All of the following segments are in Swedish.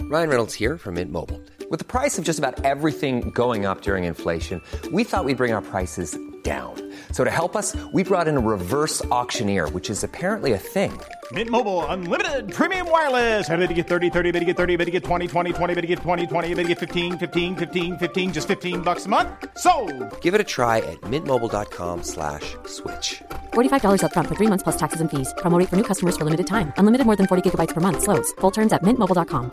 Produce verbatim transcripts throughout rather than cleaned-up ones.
Ryan Reynolds here from Mint Mobile. With the price of just about everything going up during inflation, we thought we'd bring our prices down. So to help us, we brought in a reverse auctioneer, which is apparently a thing. Mint Mobile Unlimited Premium Wireless. How to get thirty, thirty, how to get thirty, how to get twenty, twenty, twenty, how to get twenty, twenty, how to get fifteen, fifteen, fifteen, fifteen, just fifteen bucks a month? Sold! Give it a try at mintmobile.com slash switch. forty-five dollars up front for three months plus taxes and fees. Promo rate for new customers for limited time. Unlimited more than forty gigabytes per month. Slows full terms at mint mobile dot com.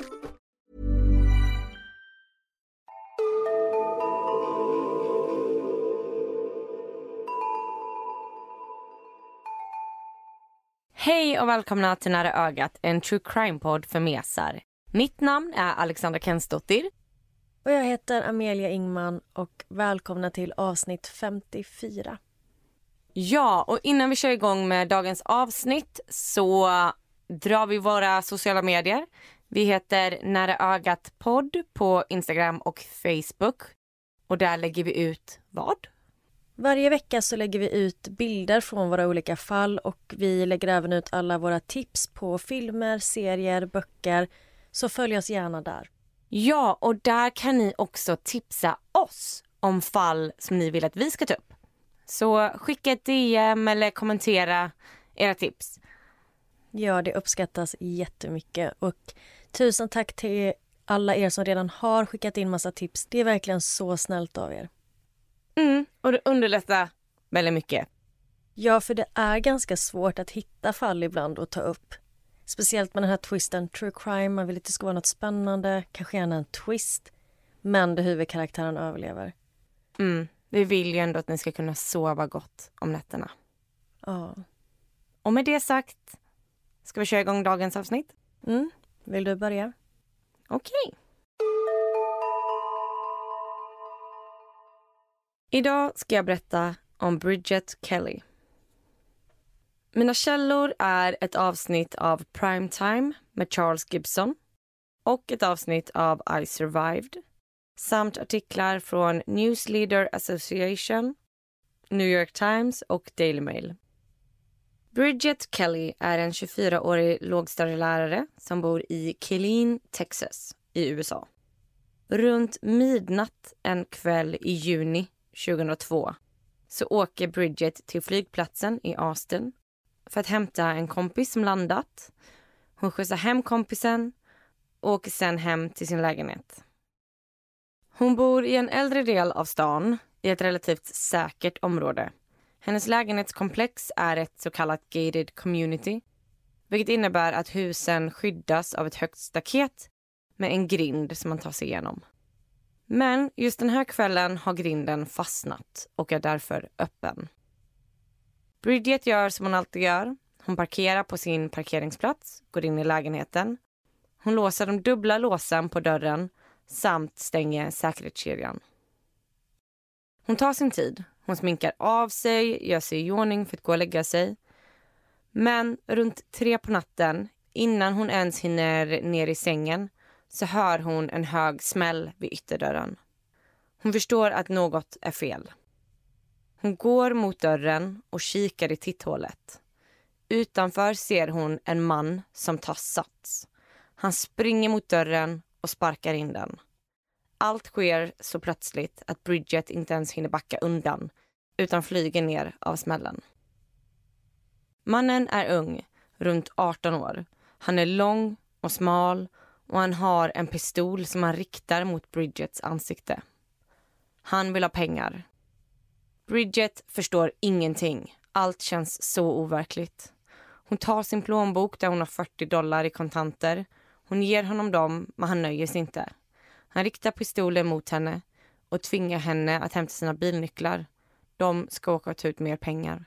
Hej och välkomna till Nära ögat, en true crime-podd för mesar. Mitt namn är Alexandra Kensdottir. Och jag heter Amelia Ingman och välkomna till avsnitt femtiofyra. Ja, och innan vi kör igång med dagens avsnitt så drar vi våra sociala medier. Vi heter Nära ögat podd på Instagram och Facebook. Och där lägger vi ut vad? Varje vecka så lägger vi ut bilder från våra olika fall och vi lägger även ut alla våra tips på filmer, serier, böcker. Så följ oss gärna där. Ja, och där kan ni också tipsa oss om fall som ni vill att vi ska ta upp. Så skicka ett D M eller kommentera era tips. Ja, det uppskattas jättemycket. Och tusen tack till alla er som redan har skickat in massa tips. Det är verkligen så snällt av er. Mm, och det underlättar väldigt mycket. Ja, för det är ganska svårt att hitta fall ibland och ta upp. Speciellt med den här twisten true crime. Man vill att det ska vara något spännande, kanske gärna en twist. Men det huvudkaraktären överlever. Mm, vi vill ju ändå att ni ska kunna sova gott om nätterna. Ja. Och med det sagt, ska vi köra igång dagens avsnitt? Mm, vill du börja? Okej. Idag ska jag berätta om Bridget Kelly. Mina källor är ett avsnitt av Primetime med Charles Gibson och ett avsnitt av I Survived samt artiklar från Newsleader Association, New York Times och Daily Mail. Bridget Kelly är en tjugofyraårig lågstadielärare som bor i Killeen, Texas i U S A. Runt midnatt en kväll i juni tjugohundratvå så åker Bridget till flygplatsen i Austin för att hämta en kompis som landat. Hon skjutsar hem kompisen och åker sen hem till sin lägenhet. Hon bor i en äldre del av stan i ett relativt säkert område. Hennes lägenhetskomplex är ett så kallat gated community, vilket innebär att husen skyddas av ett högt staket med en grind som man tar sig igenom. Men just den här kvällen har grinden fastnat och är därför öppen. Bridget gör som hon alltid gör. Hon parkerar på sin parkeringsplats, går in i lägenheten. Hon låser de dubbla låsen på dörren samt stänger säkerhetskedjan. Hon tar sin tid. Hon sminkar av sig, gör sig i ordning för att gå och lägga sig. Men runt tre på natten, innan hon ens hinner ner i sängen, så hör hon en hög smäll vid ytterdörren. Hon förstår att något är fel. Hon går mot dörren och kikar i titthålet. Utanför ser hon en man som tar sats. Han springer mot dörren och sparkar in den. Allt sker så plötsligt att Bridget inte ens hinner backa undan utan flyger ner av smällen. Mannen är ung, runt arton år. Han är lång och smal och han har en pistol som han riktar mot Bridgets ansikte. Han vill ha pengar. Bridget förstår ingenting. Allt känns så overkligt. Hon tar sin plånbok där hon har fyrtio dollar i kontanter. Hon ger honom dem, men han nöjer sig inte. Han riktar pistolen mot henne och tvingar henne att hämta sina bilnycklar. De ska åka och ta ut mer pengar.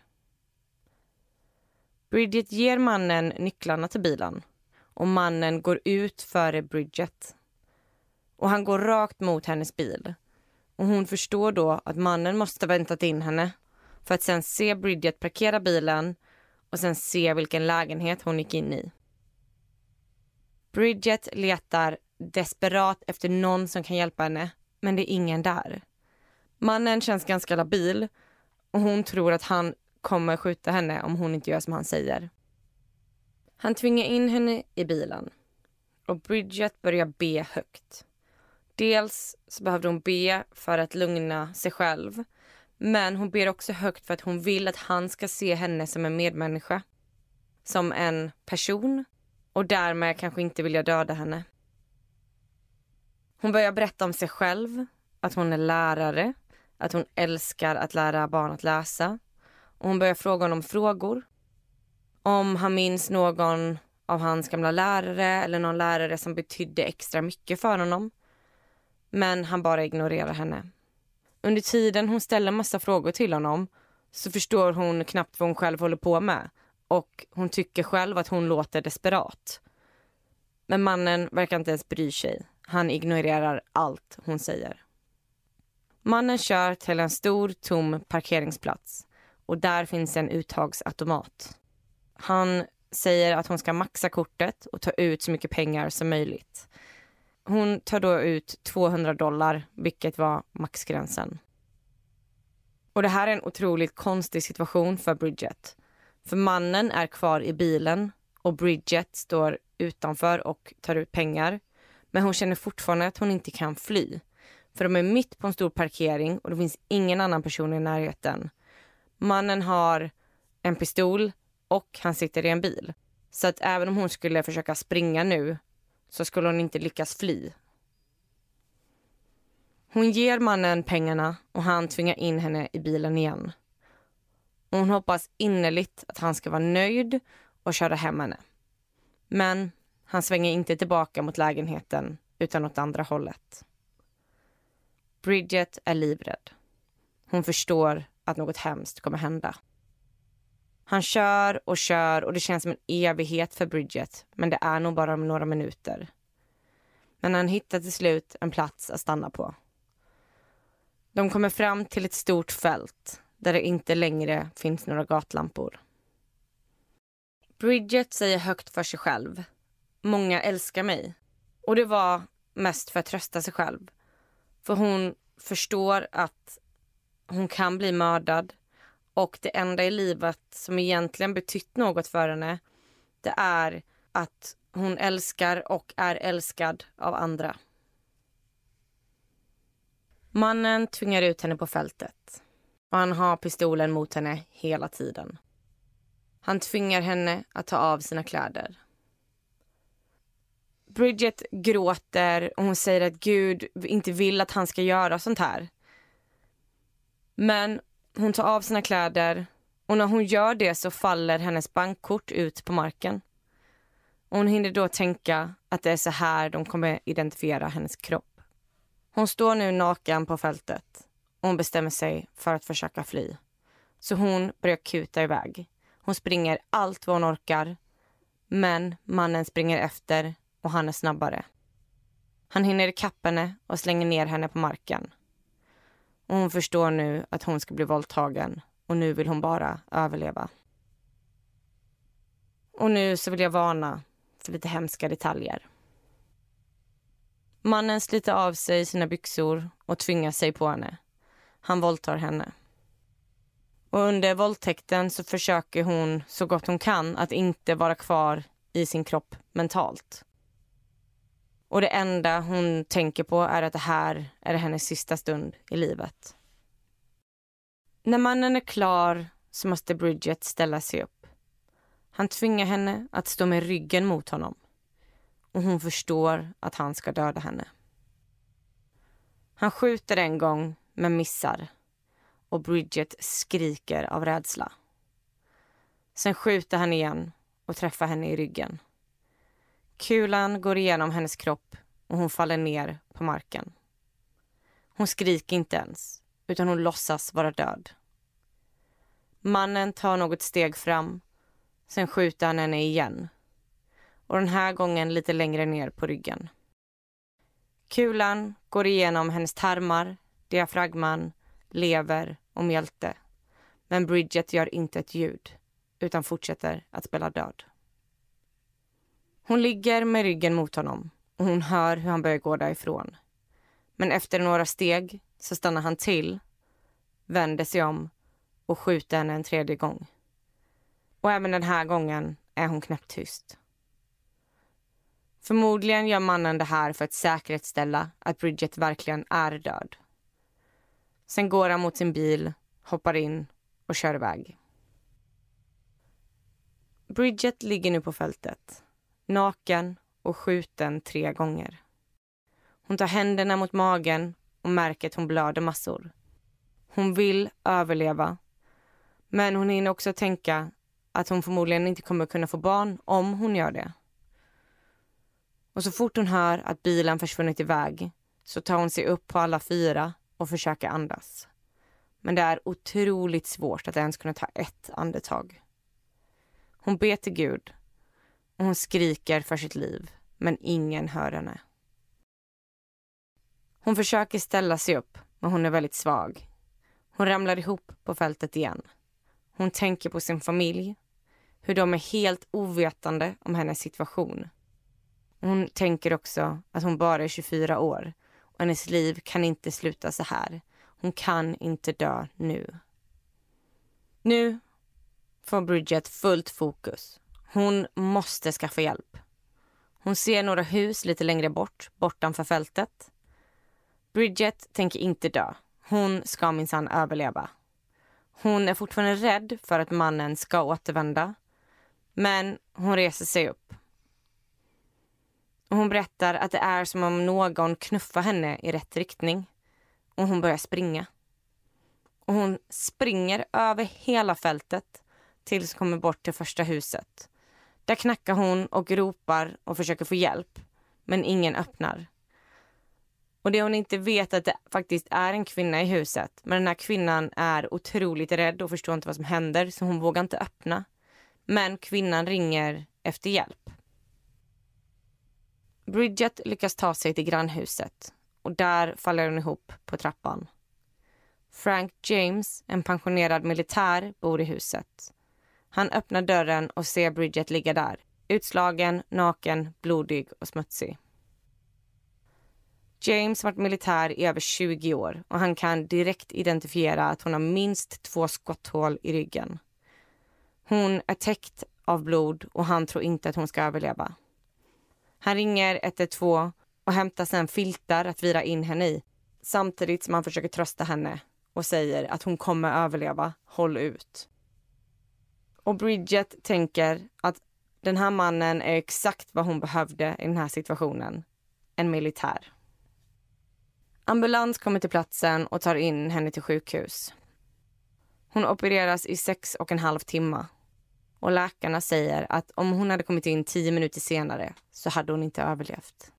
Bridget ger mannen nycklarna till bilen. Och mannen går ut före Bridget. Och han går rakt mot hennes bil. Och hon förstår då att mannen måste ha väntat in henne. För att sen se Bridget parkera bilen. Och sen se vilken lägenhet hon gick in i. Bridget letar desperat efter någon som kan hjälpa henne. Men det är ingen där. Mannen känns ganska labil. Och hon tror att han kommer skjuta henne om hon inte gör som han säger. Han tvingar in henne i bilen. och Bridget börjar be högt. Dels så behövde hon be för att lugna sig själv, men hon ber också högt för att hon vill att han ska se henne som en medmänniska, som en person, och därmed kanske inte vilja döda henne. Hon börjar berätta om sig själv, att hon är lärare, att hon älskar att lära barn att läsa. Och hon börjar fråga honom frågor. Om han minns någon av hans gamla lärare eller någon lärare som betydde extra mycket för honom. Men han bara ignorerar henne. Under tiden hon ställer massa frågor till honom så förstår hon knappt vad hon själv håller på med. Och hon tycker själv att hon låter desperat. Men mannen verkar inte ens bry sig. Han ignorerar allt hon säger. Mannen kör till en stor tom parkeringsplats. Och där finns en uttagsautomat. Han säger att hon ska maxa kortet och ta ut så mycket pengar som möjligt. Hon tar då ut tvåhundra dollar, vilket var maxgränsen. Och det här är en otroligt konstig situation för Bridget. För mannen är kvar i bilen och Bridget står utanför och tar ut pengar. Men hon känner fortfarande att hon inte kan fly. För de är mitt på en stor parkering och det finns ingen annan person i närheten. Mannen har en pistol och han sitter i en bil. Så att även om hon skulle försöka springa nu så skulle hon inte lyckas fly. Hon ger mannen pengarna och han tvingar in henne i bilen igen. Och hon hoppas innerligt att han ska vara nöjd och köra hem henne. Men han svänger inte tillbaka mot lägenheten utan åt andra hållet. Bridget är livrädd. Hon förstår att något hemskt kommer hända. Han kör och kör och det känns som en evighet för Bridget, men det är nog bara några minuter. Men han hittar till slut en plats att stanna på. De kommer fram till ett stort fält där det inte längre finns några gatlampor. Bridget säger högt för sig själv: många älskar mig. Och det var mest för att trösta sig själv. För hon förstår att hon kan bli mördad. Och det enda i livet som egentligen betytt något för henne, det är att hon älskar och är älskad av andra. Mannen tvingar ut henne på fältet. Och han har pistolen mot henne hela tiden. Han tvingar henne att ta av sina kläder. Bridget gråter och hon säger att Gud inte vill att han ska göra sånt här. Men hon tar av sina kläder och när hon gör det så faller hennes bankkort ut på marken. Och hon hinner då tänka att det är så här de kommer identifiera hennes kropp. Hon står nu naken på fältet och hon bestämmer sig för att försöka fly. Så hon börjar kuta iväg. Hon springer allt vad hon orkar, men mannen springer efter och han är snabbare. Han hinner ikapp henne och slänger ner henne på marken. Och hon förstår nu att hon ska bli våldtagen och nu vill hon bara överleva. Och nu så vill jag varna för lite hemska detaljer. Mannen sliter av sig sina byxor och tvingar sig på henne. Han våldtar henne. Och under våldtäkten så försöker hon så gott hon kan att inte vara kvar i sin kropp mentalt. Och det enda hon tänker på är att det här är hennes sista stund i livet. När mannen är klar så måste Bridget ställa sig upp. Han tvingar henne att stå med ryggen mot honom. Och hon förstår att han ska döda henne. Han skjuter en gång men missar. Och Bridget skriker av rädsla. Sen skjuter han igen och träffar henne i ryggen. Kulan går igenom hennes kropp och hon faller ner på marken. Hon skriker inte ens, utan hon låtsas vara död. Mannen tar något steg fram, sen skjuter han henne igen. Och den här gången lite längre ner på ryggen. Kulan går igenom hennes tarmar, diafragman, lever och mjälte. Men Bridget gör inte ett ljud, utan fortsätter att spela död. Hon ligger med ryggen mot honom och hon hör hur han börjar gå därifrån. Men efter några steg så stannar han till, vänder sig om och skjuter henne en tredje gång. Och även den här gången är hon knäpptyst. Förmodligen gör mannen det här för att säkerställa att Bridget verkligen är död. Sen går han mot sin bil, hoppar in och kör iväg. Bridget ligger nu på fältet, naken och skjuten tre gånger. Hon tar händerna mot magen och märker att hon blöder massor. Hon vill överleva, men hon hinner också tänka att hon förmodligen inte kommer kunna få barn om hon gör det. Och så fort hon hör att bilen försvunnit iväg så tar hon sig upp på alla fyra och försöker andas. Men det är otroligt svårt att ens kunna ta ett andetag. Hon ber till Gud och hon skriker för sitt liv, men ingen hör henne. Hon försöker ställa sig upp, men hon är väldigt svag. Hon ramlar ihop på fältet igen. Hon tänker på sin familj, hur de är helt ovetande om hennes situation. Hon tänker också att hon bara är tjugofyra år och hennes liv kan inte sluta så här. Hon kan inte dö nu. Nu får Bridget fullt fokus. Hon måste skaffa hjälp. Hon ser några hus lite längre bort, bortanför fältet. Bridget tänker inte dö. Hon ska minsann överleva. Hon är fortfarande rädd för att mannen ska återvända. Men hon reser sig upp. Och hon berättar att det är som om någon knuffar henne i rätt riktning. Och hon börjar springa. Och hon springer över hela fältet tills hon kommer bort till första huset. Där knackar hon och ropar och försöker få hjälp. Men ingen öppnar. Och det hon inte vet att det faktiskt är en kvinna i huset. Men den här kvinnan är otroligt rädd och förstår inte vad som händer. Så hon vågar inte öppna. Men kvinnan ringer efter hjälp. Bridget lyckas ta sig till grannhuset. Och där faller hon ihop på trappan. Frank James, en pensionerad militär, bor i huset. Han öppnar dörren och ser Bridget ligga där. Utslagen, naken, blodig och smutsig. James har varit militär i över tjugo år och han kan direkt identifiera att hon har minst två skotthål i ryggen. Hon är täckt av blod och han tror inte att hon ska överleva. Han ringer ett ett två och hämtar sedan filtar att vira in henne i. Samtidigt som han försöker trösta henne och säger att hon kommer överleva, håll ut. Och Bridget tänker att den här mannen är exakt vad hon behövde i den här situationen. En militär. Ambulans kommer till platsen och tar in henne till sjukhus. Hon opereras i sex och en halv timme. Och läkarna säger att om hon hade kommit in tio minuter senare så hade hon inte överlevt.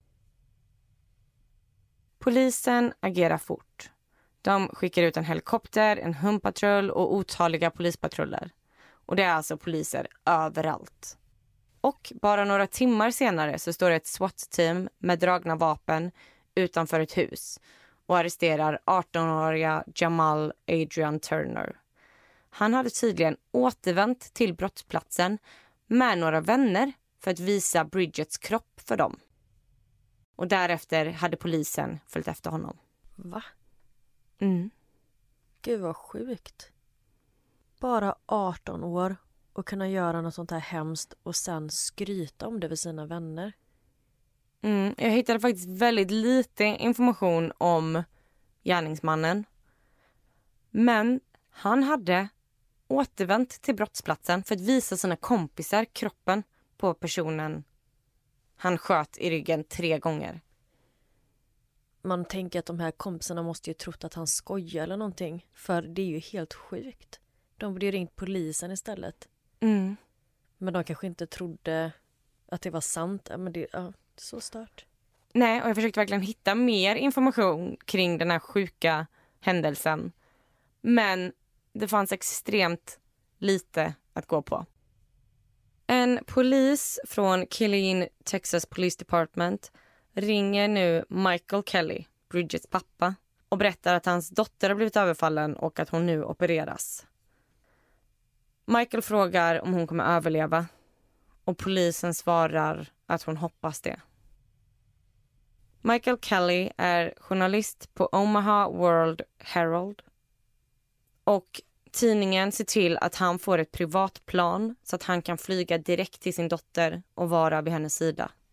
Polisen agerar fort. De skickar ut en helikopter, en hundpatrull och otaliga polispatruller. Och det är alltså poliser överallt. Och bara några timmar senare så står det ett SWAT-team med dragna vapen utanför ett hus och arresterar arton-åriga Jamal Adrian Turner. Han hade tydligen återvänt till brottsplatsen med några vänner för att visa Bridgets kropp för dem. Och därefter hade polisen följt efter honom. Va? Mm. Gud vad sjukt. Bara arton år och kunna göra något sånt här hemskt och sen skryta om det för sina vänner. Mm, jag hittade faktiskt väldigt lite information om gärningsmannen. Men han hade återvänt till brottsplatsen för att visa sina kompisar kroppen på personen han sköt i ryggen tre gånger. Man tänker att de här kompisarna måste ju trott att han skojar eller någonting. För det är ju helt sjukt. De borde ju ringt polisen istället. Mm. Men de kanske inte trodde att det var sant. Ja, men det, ja, det är så stört. Nej, och jag försökte verkligen hitta mer information kring den här sjuka händelsen. Men det fanns extremt lite att gå på. En polis från Killeen, Texas Police Department ringer nu Michael Kelly, Bridgets pappa, och berättar att hans dotter har blivit överfallen och att hon nu opereras. Michael frågar om hon kommer överleva och polisen svarar att hon hoppas det. Michael Kelly är journalist på Omaha World Herald och tidningen ser till att han får ett privatplan så att han kan flyga direkt till sin dotter och vara vid hennes sida.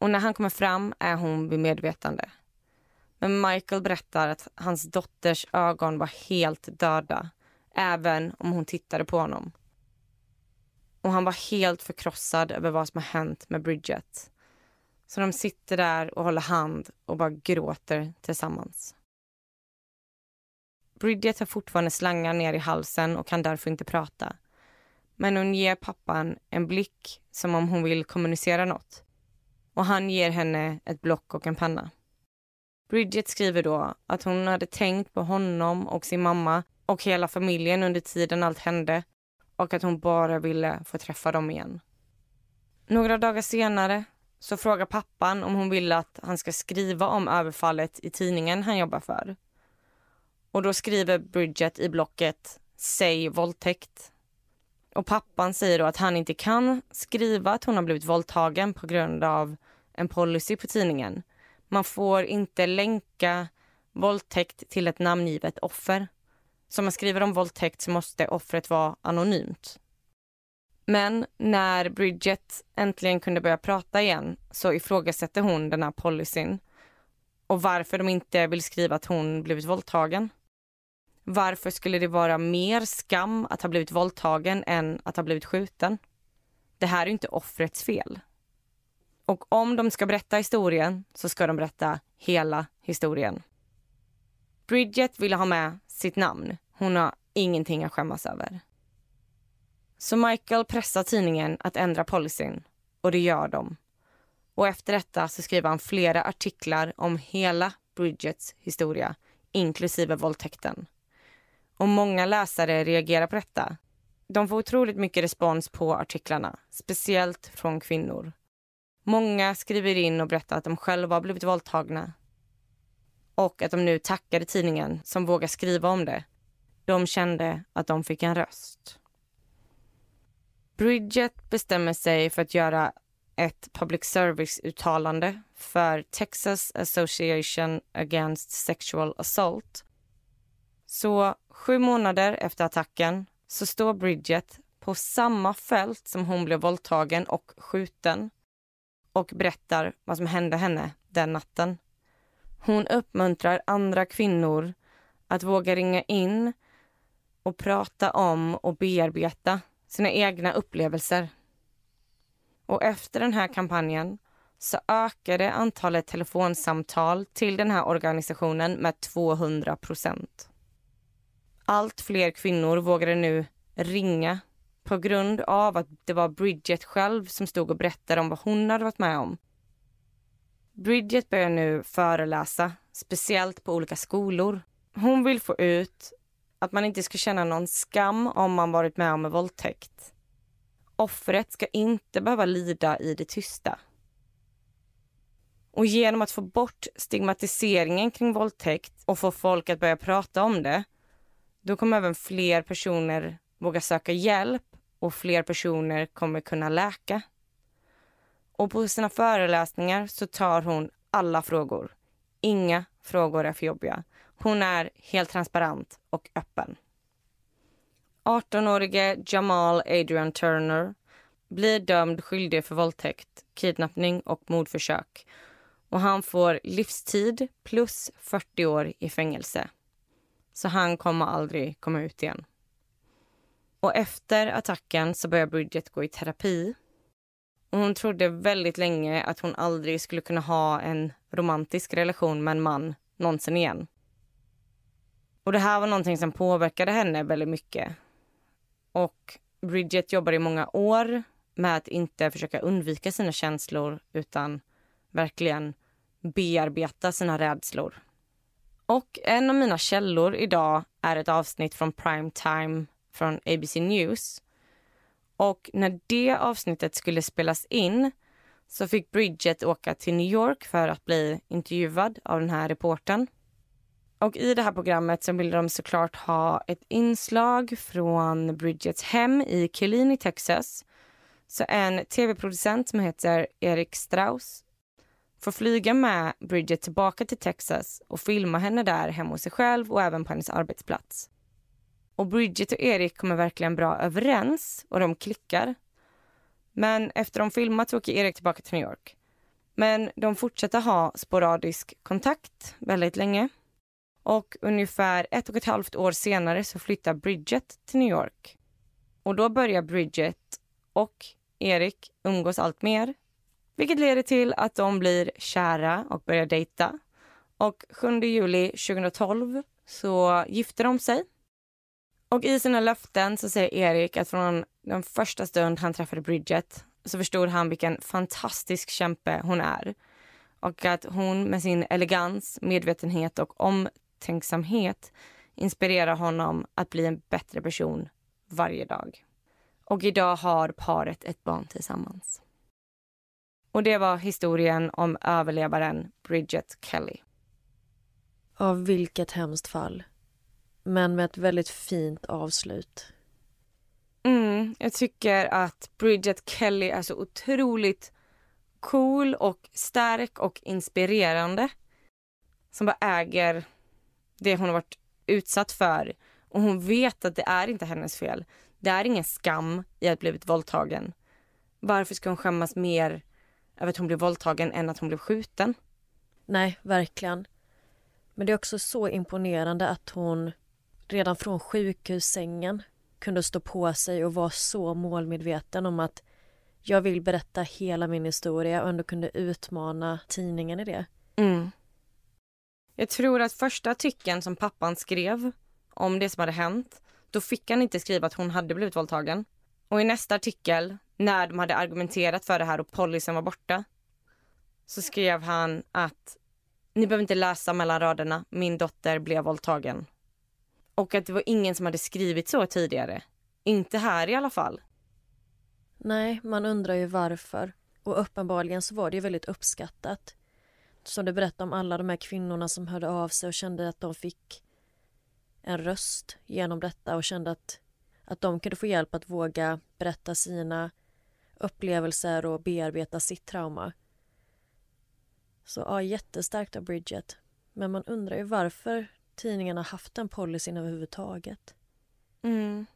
Och när han kommer fram är hon vid medvetande. Men Michael berättar att hans dotters ögon var helt döda, även om hon tittade på honom. Och han var helt förkrossad över vad som har hänt med Bridget. Så de sitter där och håller hand och bara gråter tillsammans. Bridget har fortfarande slangar ner i halsen och kan därför inte prata. Men hon ger pappan en blick som om hon vill kommunicera något. Och han ger henne ett block och en penna. Bridget skriver då att hon hade tänkt på honom och sin mamma och hela familjen under tiden allt hände och att hon bara ville få träffa dem igen. Några dagar senare så frågar pappan om hon vill att han ska skriva om överfallet i tidningen han jobbar för. Och då skriver Bridget i blocket "Säg våldtäkt". Och pappan säger då att han inte kan skriva att hon har blivit våldtagen på grund av en policy på tidningen. Man får inte länka våldtäkt till ett namngivet offer. Så om man skriver om våldtäkt så måste offret vara anonymt. Men när Bridget äntligen kunde börja prata igen så ifrågasätter hon den här policyn. Och varför de inte vill skriva att hon blivit våldtagen. Varför skulle det vara mer skam att ha blivit våldtagen än att ha blivit skjuten? Det här är inte offrets fel. Och om de ska berätta historien så ska de berätta hela historien. Bridget ville ha med sitt namn. Hon har ingenting att skämmas över. Så Michael pressar tidningen att ändra policyn. Och det gör de. Och efter detta så skriver han flera artiklar om hela Bridgets historia, inklusive våldtäkten. Och många läsare reagerar på detta. De får otroligt mycket respons på artiklarna, speciellt från kvinnor. Många skriver in och berättar att de själva har blivit våldtagna. Och att de nu tackade tidningen som vågar skriva om det. De kände att de fick en röst. Bridget bestämmer sig för att göra ett public service-uttalande för Texas Association Against Sexual Assault. Så sju månader efter attacken så står Bridget på samma fält som hon blev våldtagen och skjuten och berättar vad som hände henne den natten. Hon uppmuntrar andra kvinnor att våga ringa in och prata om och bearbeta sina egna upplevelser. Och efter den här kampanjen så ökade antalet telefonsamtal till den här organisationen med tvåhundra procent. Allt fler kvinnor vågade nu ringa på grund av att det var Bridget själv som stod och berättade om vad hon hade varit med om. Bridget börjar nu föreläsa, speciellt på olika skolor. Hon vill få ut att man inte ska känna någon skam om man varit med om en våldtäkt. Offret ska inte behöva lida i det tysta. Och genom att få bort stigmatiseringen kring våldtäkt och få folk att börja prata om det, då kommer även fler personer våga söka hjälp och fler personer kommer kunna läka. Och på sina föreläsningar så tar hon alla frågor. Inga frågor är för jobbiga. Hon är helt transparent och öppen. arton-årige Jamal Adrian Turner blir dömd skyldig för våldtäkt, kidnappning och mordförsök. Och han får livstid plus fyrtio år i fängelse. Så han kommer aldrig komma ut igen. Och efter attacken så börjar Bridget gå i terapi. Och hon trodde väldigt länge att hon aldrig skulle kunna ha en romantisk relation med en man någonsin igen. Och det här var någonting som påverkade henne väldigt mycket. Och Bridget jobbar i många år med att inte försöka undvika sina känslor utan verkligen bearbeta sina rädslor. Och en av mina källor idag är ett avsnitt från Prime Time från A B C News. Och när det avsnittet skulle spelas in så fick Bridget åka till New York för att bli intervjuad av den här reportern. Och i det här programmet så ville de såklart ha ett inslag från Bridgets hem i Killeen i Texas. Så en tv-producent som heter Erik Strauss får flyga med Bridget tillbaka till Texas och filma henne där hemma hos sig själv och även på hennes arbetsplats. Och Bridget och Erik kommer verkligen bra överens och de klickar. Men efter de filmat så åker Erik tillbaka till New York. Men de fortsätter ha sporadisk kontakt väldigt länge. Och ungefär ett och ett halvt år senare så flyttar Bridget till New York. Och då börjar Bridget och Erik umgås allt mer. Vilket leder till att de blir kära och börjar dejta. Och sjunde juli tjugohundratolv så gifter de sig. Och i sina löften så säger Erik att från den första stund han träffade Bridget så förstod han vilken fantastisk kämpe hon är. Och att hon med sin elegans, medvetenhet och omtänksamhet inspirerar honom att bli en bättre person varje dag. Och idag har paret ett barn tillsammans. Och det var historien om överlevaren Bridget Kelly. Av vilket hemskt fall. Men med ett väldigt fint avslut. Mm, jag tycker att Bridget Kelly är så otroligt cool och stark och inspirerande. Som bara äger det hon har varit utsatt för. Och hon vet att det är inte hennes fel. Det är ingen skam i att blivit våldtagen. Varför ska hon skämmas mer över att hon blev våldtagen än att hon blev skjuten? Nej, verkligen. Men det är också så imponerande att hon redan från sjukhussängen kunde stå på sig och vara så målmedveten om att jag vill berätta hela min historia och ändå kunde utmana tidningen i det. Mm. Jag tror att första artikeln som pappan skrev om det som hade hänt, då fick han inte skriva att hon hade blivit våldtagen. Och i nästa artikel, när de hade argumenterat för det här och polisen var borta, så skrev han att ni behöver inte läsa mellan raderna, min dotter blev våldtagen. Och att det var ingen som hade skrivit så tidigare. Inte här i alla fall. Nej, man undrar ju varför. Och uppenbarligen så var det ju väldigt uppskattat. Som du berättade om alla de här kvinnorna som hörde av sig och kände att de fick en röst genom detta och kände att, att de kunde få hjälp att våga berätta sina upplevelser och bearbeta sitt trauma. Så ja, jättestarkt av Bridget. Men man undrar ju varför tidningarna haft den policyn överhuvudtaget. Mm.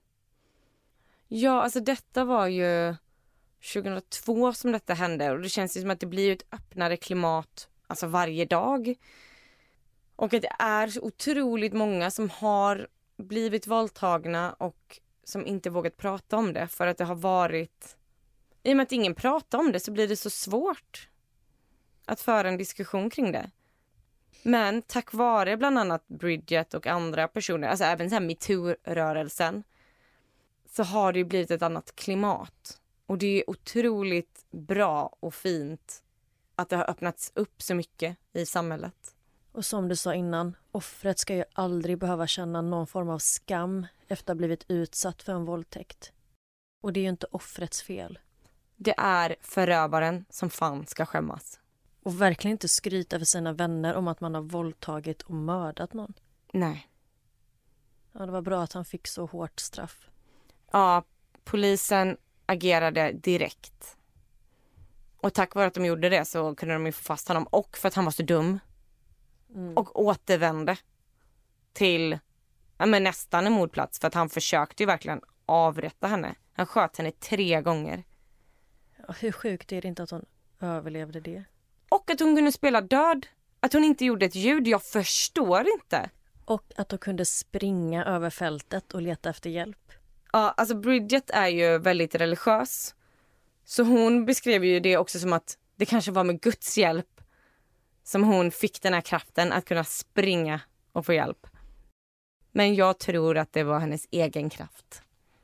Ja, alltså detta var ju tjugohundratvå som detta hände. Och det känns ju som att det blir ett öppnare klimat alltså varje dag. Och att det är så otroligt många som har blivit våldtagna och som inte vågat prata om det. För att det har varit... I och med att ingen pratar om det så blir det så svårt att föra en diskussion kring det. Men tack vare bland annat Bridget och andra personer, alltså även så här MeToo-rörelsen, så har det ju blivit ett annat klimat. Och det är otroligt bra och fint att det har öppnats upp så mycket i samhället. Och som du sa innan, offret ska ju aldrig behöva känna någon form av skam efter att ha blivit utsatt för en våldtäkt. Och det är ju inte offrets fel. Det är förövaren som fan ska skämmas. Och verkligen inte skryta för sina vänner om att man har våldtagit och mördat någon. Nej. Ja, det var bra att han fick så hårt straff. Ja, polisen agerade direkt. Och tack vare att de gjorde det så kunde de ju få fast honom. Och för att han var så dum. Mm. Och återvände till ja, men nästan en mordplats. För att han försökte ju verkligen avrätta henne. Han sköt henne tre gånger. Ja, hur sjukt är det inte att hon överlevde det? Och att hon kunde spela död. Att hon inte gjorde ett ljud. Jag förstår inte. Och att hon kunde springa över fältet och leta efter hjälp. Ja, alltså Bridget är ju väldigt religiös. Så hon beskrev ju det också som att det kanske var med Guds hjälp som hon fick den här kraften att kunna springa och få hjälp. Men jag tror att det var hennes egen kraft.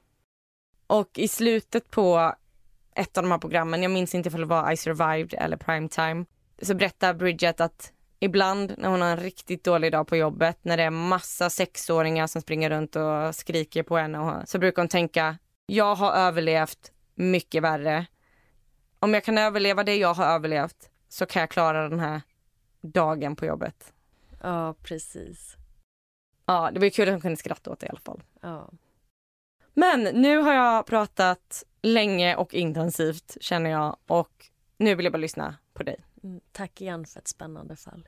Och i slutet på ett av de här programmen, jag minns inte om det var I Survived eller Primetime, så berättar Bridget att ibland när hon har en riktigt dålig dag på jobbet, när det är massa sexåringar som springer runt och skriker på henne, och så brukar hon tänka, jag har överlevt mycket värre. Om jag kan överleva det jag har överlevt så kan jag klara den här dagen på jobbet. Ja, precis. Ja, det var ju kul att hon kunde skratta åt det i alla fall. Ja. Men nu har jag pratat länge och intensivt, känner jag. Och nu vill jag bara lyssna på dig. Mm, tack igen för ett spännande fall.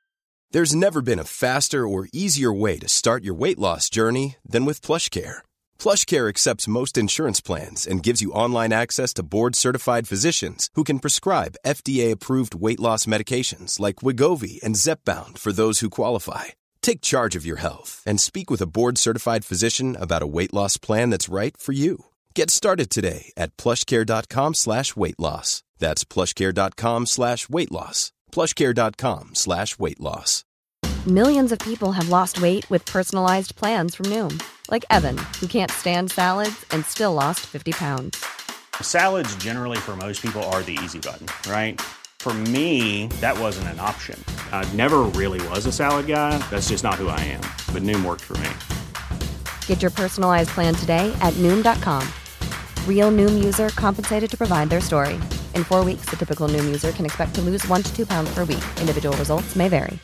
There's never been a faster or easier way to start your weight loss journey than with PlushCare. PlushCare accepts most insurance plans and gives you online access to board-certified physicians who can prescribe F D A-approved weight loss medications like Wegovy and Zepbound for those who qualify. Take charge of your health and speak with a board-certified physician about a weight loss plan that's right for you. Get started today at plushcare.com slash weight loss. That's plushcare.com slash weight loss. plushcare.com slash weight loss. Millions of people have lost weight with personalized plans from Noom. Like Evan, who can't stand salads and still lost fifty pounds. Salads generally for most people are the easy button, right? For me, that wasn't an option. I never really was a salad guy. That's just not who I am. But Noom worked for me. Get your personalized plan today at Noom dot com. Real Noom user compensated to provide their story. In four weeks, the typical Noom user can expect to lose one to two pounds per week. Individual results may vary.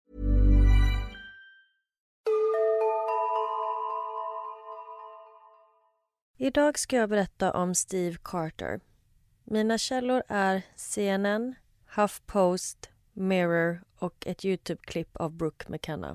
Idag ska jag berätta om Steve Carter. Mina källor är C N N, HuffPost, Mirror och ett YouTube-klipp av Brooke McKenna.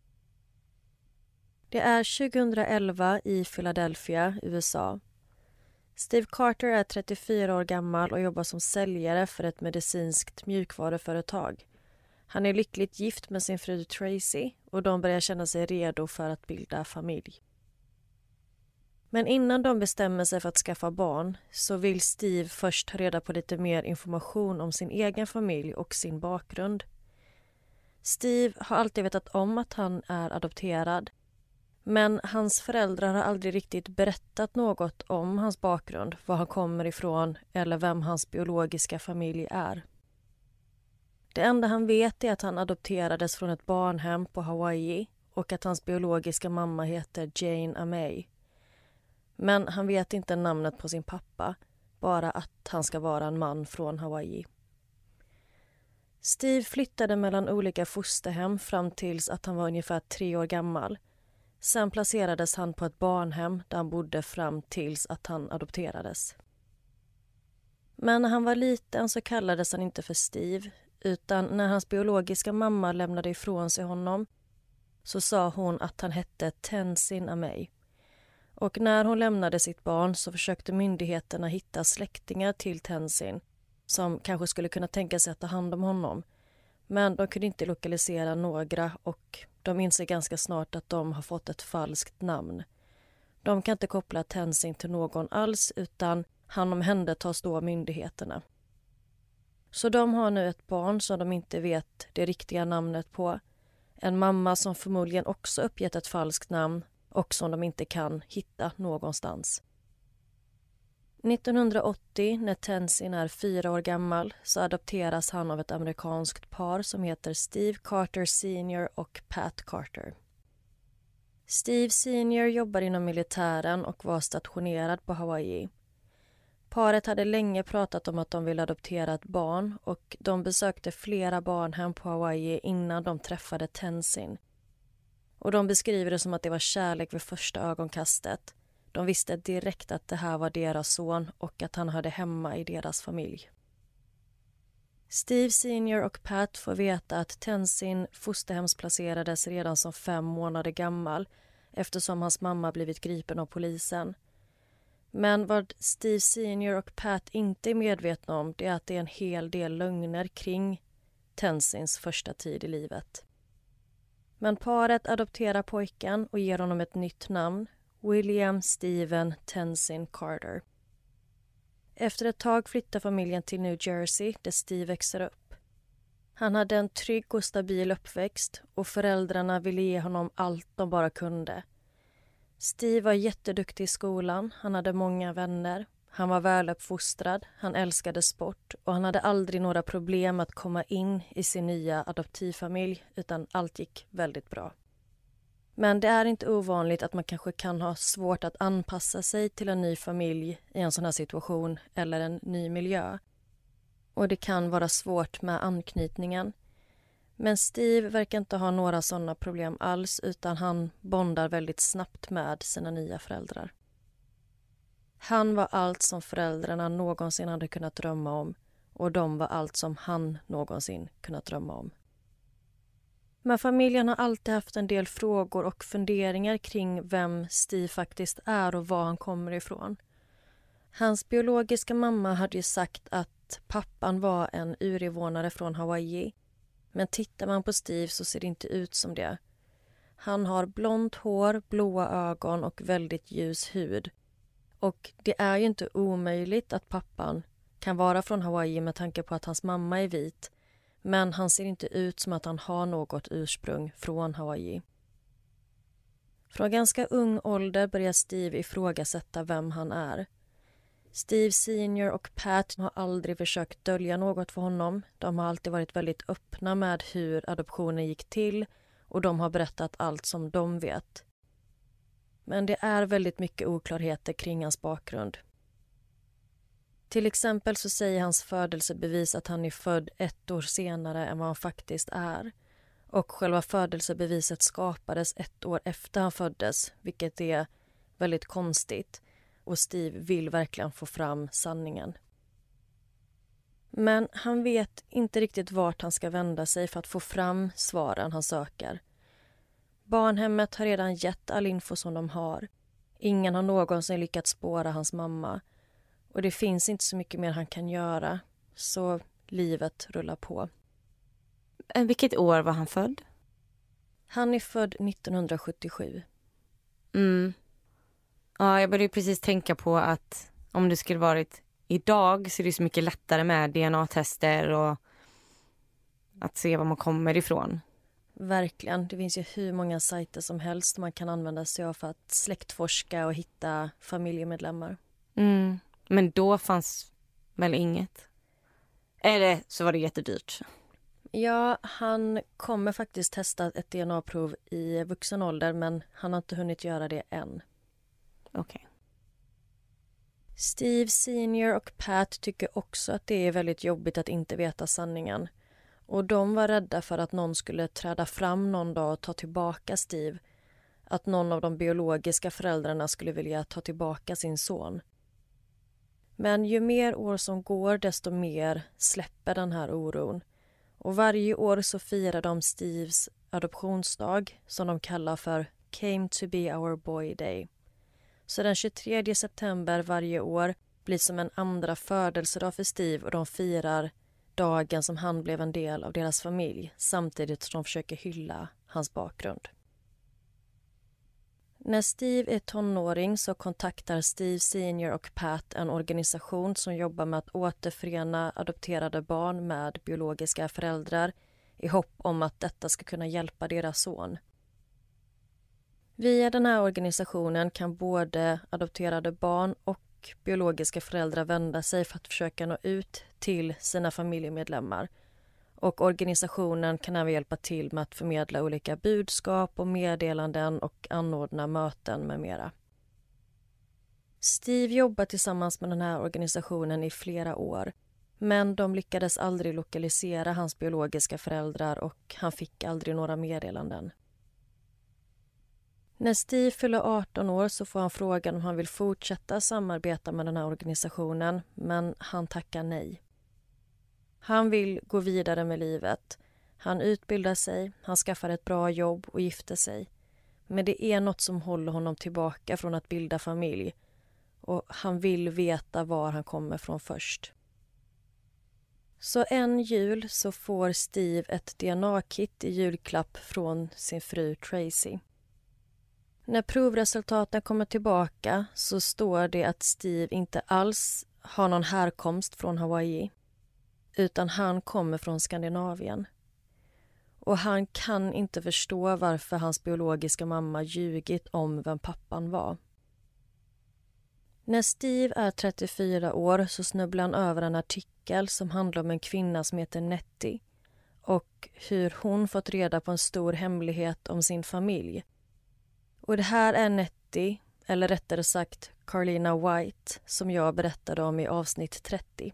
Det är tjugohundraelva i Philadelphia, U S A. Steve Carter är trettiofyra år gammal och jobbar som säljare för ett medicinskt mjukvaruföretag. Han är lyckligt gift med sin fru Tracy och de börjar känna sig redo för att bilda familj. Men innan de bestämmer sig för att skaffa barn så vill Steve först ta reda på lite mer information om sin egen familj och sin bakgrund. Steve har alltid vetat om att han är adopterad, men hans föräldrar har aldrig riktigt berättat något om hans bakgrund, var han kommer ifrån eller vem hans biologiska familj är. Det enda han vet är att han adopterades från ett barnhem på Hawaii och att hans biologiska mamma heter Jane Amey. Men han vet inte namnet på sin pappa, bara att han ska vara en man från Hawaii. Steve flyttade mellan olika fosterhem fram tills att han var ungefär tre år gammal. Sen placerades han på ett barnhem där han bodde fram tills att han adopterades. Men när han var liten så kallades han inte för Steve, utan när hans biologiska mamma lämnade ifrån sig honom så sa hon att han hette Tenzin Amey. Och när hon lämnade sitt barn så försökte myndigheterna hitta släktingar till Tenzin som kanske skulle kunna tänka sig att ta hand om honom. Men de kunde inte lokalisera några och de inser ganska snart att de har fått ett falskt namn. De kan inte koppla Tenzin till någon alls utan han omhändertas då av myndigheterna. Så de har nu ett barn som de inte vet det riktiga namnet på. En mamma som förmodligen också uppgett ett falskt namn och som de inte kan hitta någonstans. nittonhundraåttio, när Tenzin är fyra år gammal, så adopteras han av ett amerikanskt par som heter Steve Carter senior och Pat Carter. Steve senior jobbar inom militären och var stationerad på Hawaii. Paret hade länge pratat om att de ville adoptera ett barn och de besökte flera barnhem på Hawaii innan de träffade Tenzin. Och de beskriver det som att det var kärlek vid första ögonkastet. De visste direkt att det här var deras son och att han hörde hemma i deras familj. Steve senior och Pat får veta att Tenzin fosterhemsplacerades redan som fem månader gammal eftersom hans mamma blivit gripen av polisen. Men vad Steve senior och Pat inte är medvetna om det är att det är en hel del lögner kring Tenzins första tid i livet. Men paret adopterar pojken och ger honom ett nytt namn, William Stephen Tenzin Carter. Efter ett tag flyttar familjen till New Jersey där Steve växer upp. Han hade en trygg och stabil uppväxt och föräldrarna ville ge honom allt de bara kunde. Steve var jätteduktig i skolan, han hade många vänner, han var väluppfostrad, han älskade sport och han hade aldrig några problem att komma in i sin nya adoptivfamilj utan allt gick väldigt bra. Men det är inte ovanligt att man kanske kan ha svårt att anpassa sig till en ny familj i en sån här situation eller en ny miljö. Och det kan vara svårt med anknytningen. Men Steve verkar inte ha några sådana problem alls utan han bondar väldigt snabbt med sina nya föräldrar. Han var allt som föräldrarna någonsin hade kunnat drömma om och de var allt som han någonsin kunnat drömma om. Men familjen har alltid haft en del frågor och funderingar kring vem Steve faktiskt är och var han kommer ifrån. Hans biologiska mamma hade ju sagt att pappan var en urinvånare från Hawaii. Men tittar man på Steve så ser det inte ut som det. Han har blont hår, blåa ögon och väldigt ljus hud. Och det är ju inte omöjligt att pappan kan vara från Hawaii med tanke på att hans mamma är vit. Men han ser inte ut som att han har något ursprung från Hawaii. Från ganska ung ålder börjar Steve ifrågasätta vem han är. Steve senior och Pat har aldrig försökt dölja något för honom. De har alltid varit väldigt öppna med hur adoptionen gick till och de har berättat allt som de vet. Men det är väldigt mycket oklarheter kring hans bakgrund. Till exempel så säger hans födelsebevis att han är född ett år senare än vad han faktiskt är. Och själva födelsebeviset skapades ett år efter han föddes, vilket är väldigt konstigt. Och Steve vill verkligen få fram sanningen. Men han vet inte riktigt vart han ska vända sig för att få fram svaren han söker. Barnhemmet har redan gett all info som de har. Ingen har någonsin lyckats spåra hans mamma. Och det finns inte så mycket mer han kan göra. Så livet rullar på. Vilket år var han född? Han är född nittonhundrasjuttiosju. Mm. Ja, jag började precis tänka på att om det skulle varit idag så är det så mycket lättare med D N A-tester och att se var man kommer ifrån. Verkligen. Det finns ju hur många sajter som helst man kan använda sig av för att släktforska och hitta familjemedlemmar. Mm. Men då fanns väl inget? Eller så var det jättedyrt. Ja, han kommer faktiskt testa ett D N A-prov i vuxen ålder men han har inte hunnit göra det än. Okej. Okay. Steve senior och Pat tycker också att det är väldigt jobbigt att inte veta sanningen. Och de var rädda för att någon skulle träda fram någon dag och ta tillbaka Steve. Att någon av de biologiska föräldrarna skulle vilja ta tillbaka sin son. Men ju mer år som går desto mer släpper den här oron. Och varje år så firar de Steves adoptionsdag som de kallar för Came to be our boy day. Så den tjugotredje september varje år blir som en andra födelsedag för Steve och de firar dagen som han blev en del av deras familj samtidigt som de försöker hylla hans bakgrund. När Steve är tonåring så kontaktar Steve senior och Pat en organisation som jobbar med att återförena adopterade barn med biologiska föräldrar i hopp om att detta ska kunna hjälpa deras son. Via den här organisationen kan både adopterade barn och biologiska föräldrar vända sig för att försöka nå ut till sina familjemedlemmar. Och organisationen kan även hjälpa till med att förmedla olika budskap och meddelanden och anordna möten med mera. Steve jobbar tillsammans med den här organisationen i flera år. Men de lyckades aldrig lokalisera hans biologiska föräldrar och han fick aldrig några meddelanden. När Steve fyller arton år så får han frågan om han vill fortsätta samarbeta med den här organisationen, men han tackar nej. Han vill gå vidare med livet. Han utbildar sig, han skaffar ett bra jobb och gifter sig. Men det är något som håller honom tillbaka från att bilda familj. Och han vill veta var han kommer från först. Så en jul så får Steve ett D N A-kit i julklapp från sin fru Tracy. När provresultaten kommer tillbaka så står det att Steve inte alls har någon härkomst från Hawaii. Utan han kommer från Skandinavien. Och han kan inte förstå varför hans biologiska mamma ljugit om vem pappan var. När Steve är trettiofyra år så snubblar han över en artikel som handlar om en kvinna som heter Nettie. Och hur hon fått reda på en stor hemlighet om sin familj. Och det här är Nettie, eller rättare sagt Carlina White, som jag berättade om i avsnitt trettio.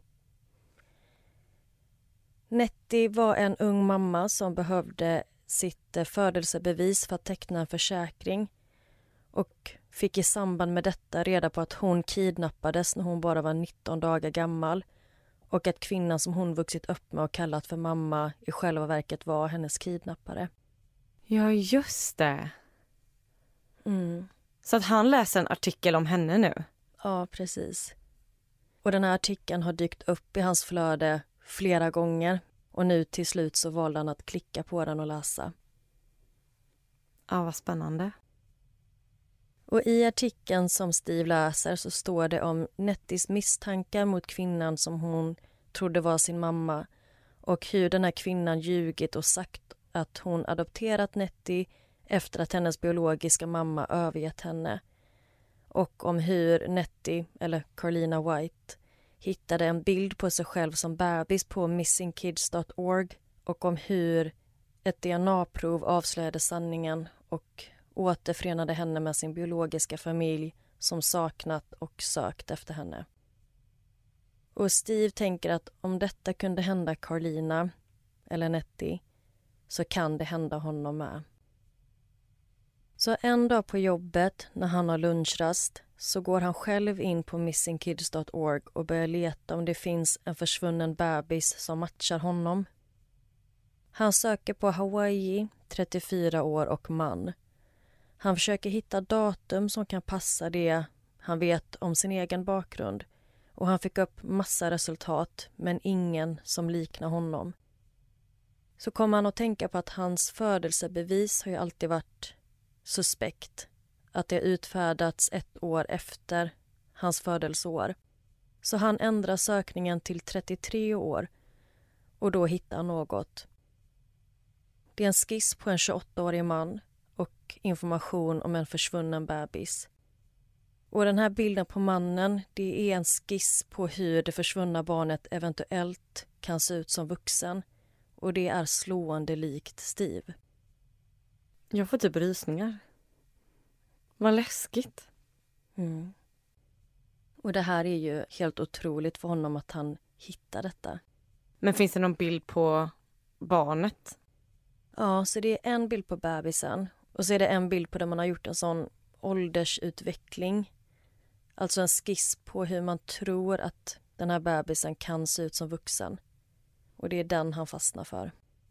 Nettie var en ung mamma som behövde sitt födelsebevis för att teckna en försäkring och fick i samband med detta reda på att hon kidnappades när hon bara var nitton dagar gammal och att kvinnan som hon vuxit upp med och kallat för mamma i själva verket var hennes kidnappare. Ja, just det. Mm. Så att han läser en artikel om henne nu? Ja, precis. Och den här artikeln har dykt upp i hans flöde flera gånger. Och nu till slut så valde han att klicka på den och läsa. Ja, vad spännande. Och i artikeln som Steve läser så står det om Netties misstankar mot kvinnan som hon trodde var sin mamma. Och hur den här kvinnan ljugit och sagt att hon adopterat Nettie efter att hennes biologiska mamma övergett henne. Och om hur Nettie, eller Carlina White, hittade en bild på sig själv som bebis på missing kids dot org och om hur ett D N A-prov avslöjade sanningen och återförenade henne med sin biologiska familj som saknat och sökt efter henne. Och Steve tänker att om detta kunde hända Carlina, eller Nettie, så kan det hända honom med. Så en dag på jobbet när han har lunchrast så går han själv in på missing kids dot org och börjar leta om det finns en försvunnen bebis som matchar honom. Han söker på Hawaii, trettiofyra år och man. Han försöker hitta datum som kan passa det han vet om sin egen bakgrund och han fick upp massa resultat men ingen som liknar honom. Så kommer han att tänka på att hans födelsebevis har ju alltid varit suspekt. Att det utfärdats ett år efter hans födelseår. Så han ändrar sökningen till trettiotre år och då hittar han något. Det är en skiss på en tjugoåttaårig man och information om en försvunnen bebis. Och den här bilden på mannen, det är en skiss på hur det försvunna barnet eventuellt kan se ut som vuxen. Och det är slående likt Steve. Jag får typ rysningar. Vad läskigt. Mm. Och det här är ju helt otroligt för honom att han hittar detta. Men finns det någon bild på barnet? Ja, så det är en bild på bebisen. Och så är det en bild på där man har gjort en sån åldersutveckling. Alltså en skiss på hur man tror att den här bebisen kan se ut som vuxen. Och det är den han fastnar för.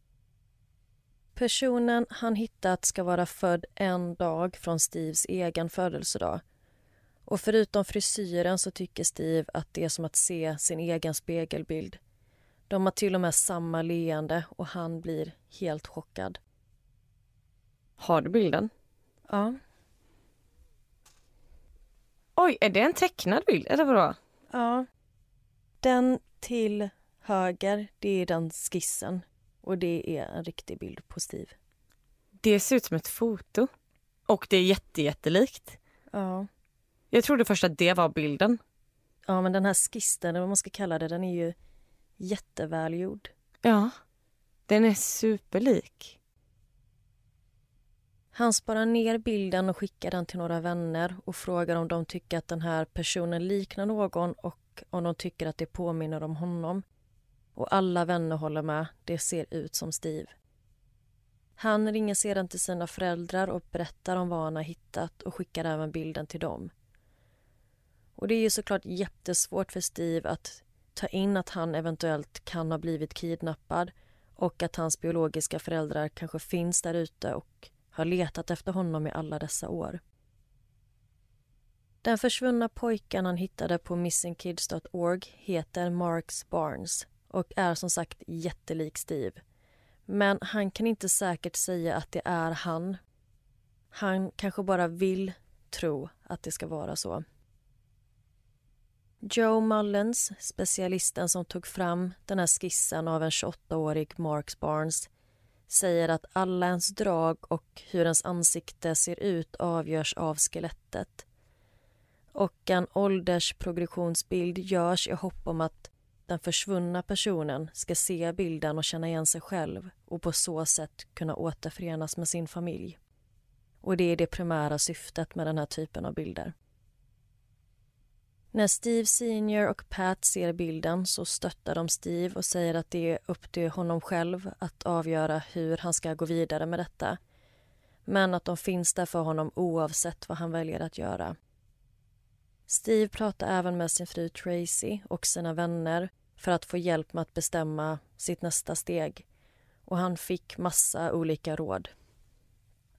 Personen han hittat ska vara född en dag från Steves egen födelsedag. Och förutom frisyren så tycker Steve att det är som att se sin egen spegelbild. De har till och med samma leende och han blir helt chockad. Har du bilden? Ja. Oj, är det en tecknad bild eller vadå? Ja. Den till höger, det är den skissen. Och det är en riktig bild på Steve. Det ser ut som ett foto. Och det är jätte, jättelikt. Ja. Jag trodde först att det var bilden. Ja, men den här skissen, eller vad man ska kalla det, den är ju jättevälgjord. Ja, den är superlik. Han sparar ner bilden och skickar den till några vänner och frågar om de tycker att den här personen liknar någon och om de tycker att det påminner om honom. Och alla vänner håller med, det ser ut som Steve. Han ringer sedan till sina föräldrar och berättar om vad han har hittat och skickar även bilden till dem. Och det är ju såklart jättesvårt för Steve att ta in att han eventuellt kan ha blivit kidnappad och att hans biologiska föräldrar kanske finns där ute och har letat efter honom i alla dessa år. Den försvunna pojken han hittade på missing kids dot org heter Marks Barnes och är som sagt jättelik Steve. Men han kan inte säkert säga att det är han. Han kanske bara vill tro att det ska vara så. Joe Mullins, specialisten som tog fram den här skissen av en tjugoåttaårig Marks Barnes, säger att alla ens drag och hur ens ansikte ser ut avgörs av skelettet. Och en åldersproggressionsbild görs i hopp om att den försvunna personen ska se bilden och känna igen sig själv och på så sätt kunna återförenas med sin familj. Och det är det primära syftet med den här typen av bilder. När Steve senior och Pat ser bilden så stöttar de Steve och säger att det är upp till honom själv att avgöra hur han ska gå vidare med detta. Men att de finns där för honom oavsett vad han väljer att göra. Steve pratar även med sin fru Tracy och sina vänner för att få hjälp med att bestämma sitt nästa steg. Och han fick massa olika råd.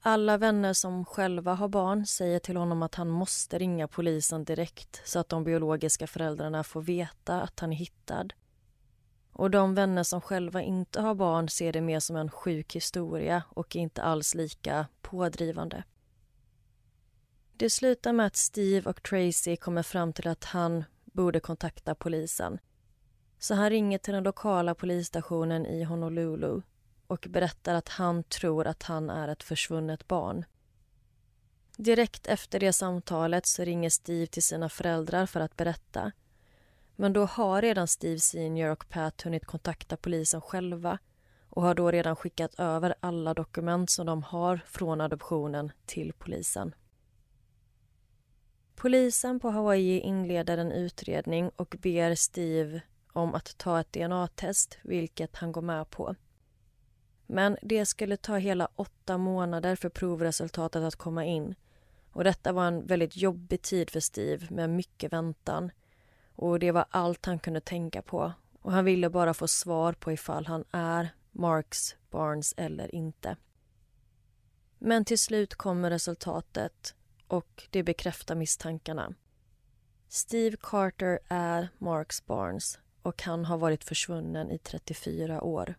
Alla vänner som själva har barn säger till honom att han måste ringa polisen direkt så att de biologiska föräldrarna får veta att han är hittad. Och de vänner som själva inte har barn ser det mer som en sjuk historia och är inte alls lika pådrivande. Det slutar med att Steve och Tracy kommer fram till att han borde kontakta polisen. Så han ringer till den lokala polisstationen i Honolulu och berättar att han tror att han är ett försvunnet barn. Direkt efter det samtalet så ringer Steve till sina föräldrar för att berätta. Men då har redan Steve senior och Pat hunnit kontakta polisen själva och har då redan skickat över alla dokument som de har från adoptionen till polisen. Polisen på Hawaii inleder en utredning och ber Steve om att ta ett D N A-test, vilket han går med på. Men det skulle ta hela åtta månader för provresultatet att komma in. Och detta var en väldigt jobbig tid för Steve med mycket väntan. Och det var allt han kunde tänka på. Och han ville bara få svar på ifall han är Marks Barnes eller inte. Men till slut kommer resultatet och det bekräftar misstankarna. Steve Carter är Marks Barnes och han har varit försvunnen i trettiofyra år.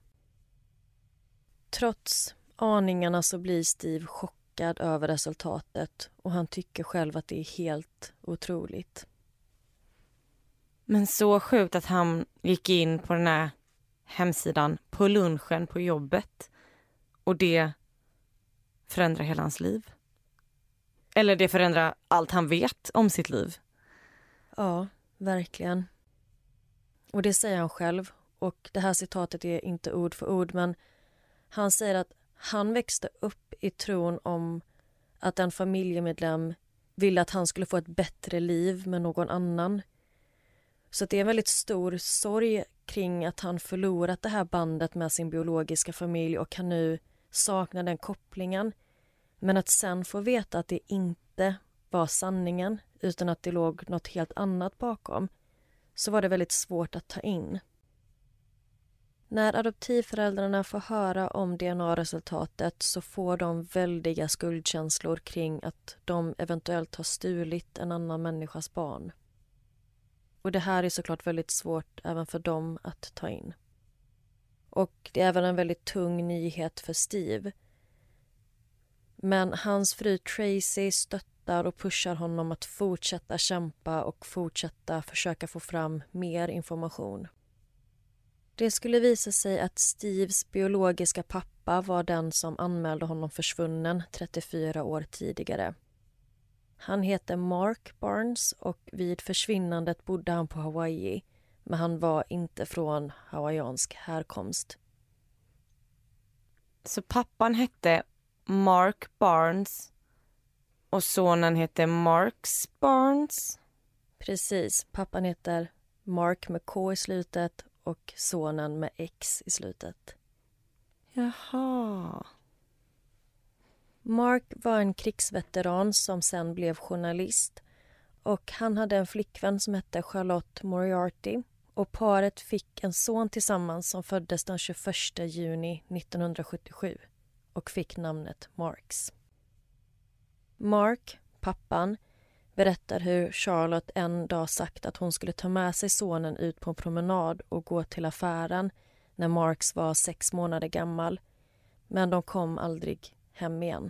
Trots aningarna så blir Steve chockad över resultatet och han tycker själv att det är helt otroligt. Men så sjukt att han gick in på den här hemsidan på lunchen på jobbet och det förändrar hela hans liv. Eller det förändrar allt han vet om sitt liv. Ja, verkligen. Och det säger han själv. Och det här citatet är inte ord för ord, men han säger att han växte upp i tron om att en familjemedlem ville att han skulle få ett bättre liv med någon annan. Så det är en väldigt stor sorg kring att han förlorat det här bandet med sin biologiska familj och kan nu sakna den kopplingen. Men att sen få veta att det inte var sanningen utan att det låg något helt annat bakom, så var det väldigt svårt att ta in. När adoptivföräldrarna får höra om D N A-resultatet så får de väldiga skuldkänslor kring att de eventuellt har stulit en annan människas barn. Och det här är såklart väldigt svårt även för dem att ta in. Och det är även en väldigt tung nyhet för Steve. Men hans fru Tracy stöttar och pushar honom att fortsätta kämpa och fortsätta försöka få fram mer information. Det skulle visa sig att Steves biologiska pappa var den som anmälde honom försvunnen trettiofyra år tidigare. Han heter Mark Barnes och vid försvinnandet bodde han på Hawaii, men han var inte från hawaiiansk härkomst. Så pappan hette Mark Barnes och sonen hette Marks Barnes? Precis, pappan heter Mark med K i slutet och sonen med X i slutet. Jaha. Mark var en krigsveteran som sen blev journalist och han hade en flickvän som hette Charlotte Moriarty och paret fick en son tillsammans som föddes den tjugoförsta juni nittonhundrasjuttiosju och fick namnet Marks. Mark, pappan, berättar hur Charlotte en dag sagt att hon skulle ta med sig sonen ut på en promenad och gå till affären när Marks var sex månader gammal, men de kom aldrig hem igen.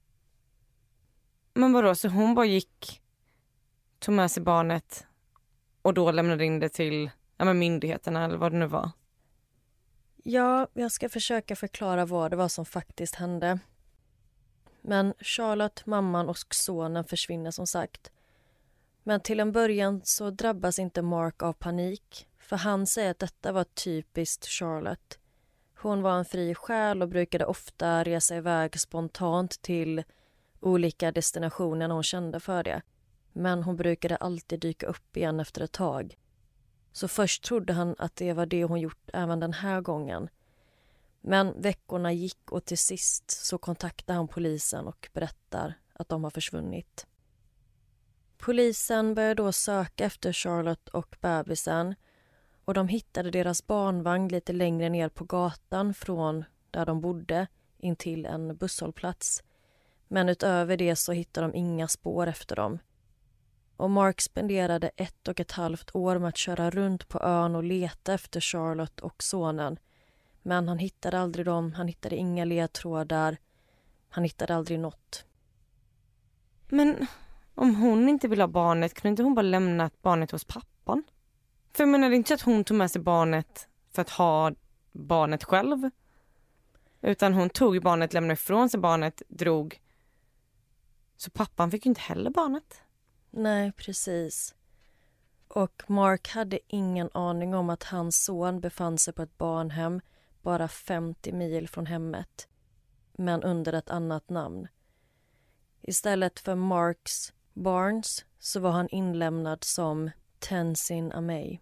Men vadå, så hon bara gick, tog med sig barnet och då lämnade in det till ja, men myndigheterna eller vad det nu var? Ja, jag ska försöka förklara vad det var som faktiskt hände. Men Charlotte, mamman och sonen försvinner som sagt. Men till en början så drabbas inte Mark av panik, för han säger att detta var typiskt Charlotte. Hon var en fri själ och brukade ofta resa iväg spontant till olika destinationer när hon kände för det. Men hon brukade alltid dyka upp igen efter ett tag. Så först trodde han att det var det hon gjort även den här gången. Men veckorna gick och till sist så kontaktar han polisen och berättar att de har försvunnit. Polisen började då söka efter Charlotte och bebisen och de hittade deras barnvagn lite längre ner på gatan från där de bodde in till en busshållplats. Men utöver det så hittar de inga spår efter dem. Och Mark spenderade ett och ett halvt år med att köra runt på ön och leta efter Charlotte och sonen. Men han hittade aldrig dem, han hittade inga ledtrådar, han hittade aldrig något. Men om hon inte vill ha barnet, kunde inte hon bara lämna barnet hos pappan? För jag menar, det är inte så att hon tog med sig barnet för att ha barnet själv. Utan hon tog barnet, lämnade ifrån sig barnet, drog. Så pappan fick ju inte heller barnet. Nej, precis. Och Mark hade ingen aning om att hans son befann sig på ett barnhem bara femtio mil från hemmet, men under ett annat namn. Istället för Marks Barnes så var han inlämnad som Tenzin Amey.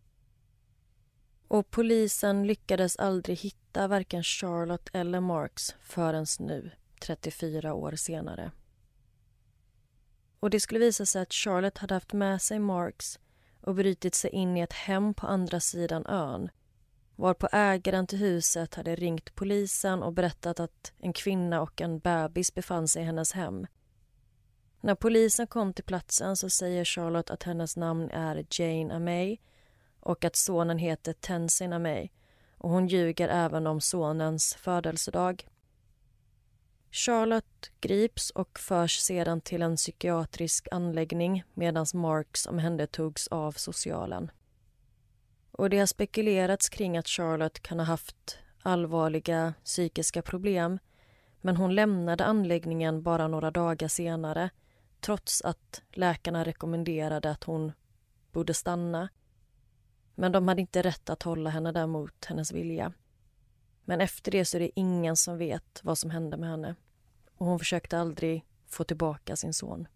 Och polisen lyckades aldrig hitta varken Charlotte eller Marks förrän nu, trettiofyra år senare. Och det skulle visa sig att Charlotte hade haft med sig Marks och brutit sig in i ett hem på andra sidan ön, varpå ägaren till huset hade ringt polisen och berättat att en kvinna och en bebis befann sig i hennes hem. När polisen kom till platsen så säger Charlotte att hennes namn är Jane Amey och att sonen heter Tenzin Amey, och hon ljuger även om sonens födelsedag. Charlotte grips och förs sedan till en psykiatrisk anläggning medan Marks omhändertogs av socialen. Och det har spekulerats kring att Charlotte kan ha haft allvarliga psykiska problem, men hon lämnade anläggningen bara några dagar senare trots att läkarna rekommenderade att hon borde stanna. Men de hade inte rätt att hålla henne där mot hennes vilja. Men efter det så är det ingen som vet vad som hände med henne. Och hon försökte aldrig få tillbaka sin son.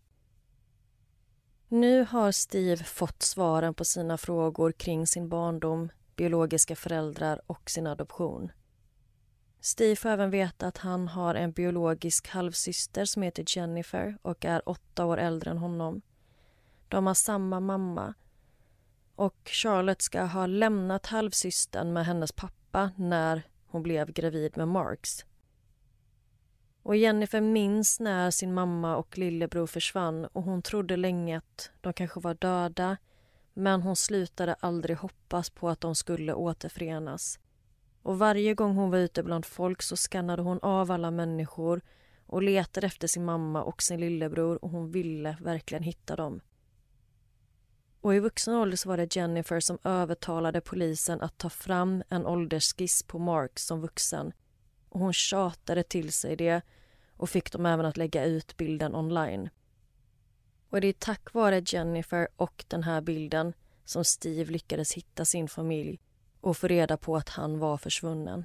Nu har Steve fått svaren på sina frågor kring sin barndom, biologiska föräldrar och sin adoption. Steve får även veta att han har en biologisk halvsyster som heter Jennifer och är åtta år äldre än honom. De har samma mamma. Och Charlotte ska ha lämnat halvsystern med hennes pappa när hon blev gravid med Marks. Och Jennifer minns när sin mamma och lillebror försvann och hon trodde länge att de kanske var döda, men hon slutade aldrig hoppas på att de skulle återförenas. Och varje gång hon var ute bland folk så skannade hon av alla människor och letade efter sin mamma och sin lillebror, och hon ville verkligen hitta dem. Och i vuxen ålder så var det Jennifer som övertalade polisen att ta fram en åldersskiss på Mark som vuxen. Och hon tjatade till sig det och fick dem även att lägga ut bilden online. Och det är tack vare Jennifer och den här bilden som Steve lyckades hitta sin familj och få reda på att han var försvunnen.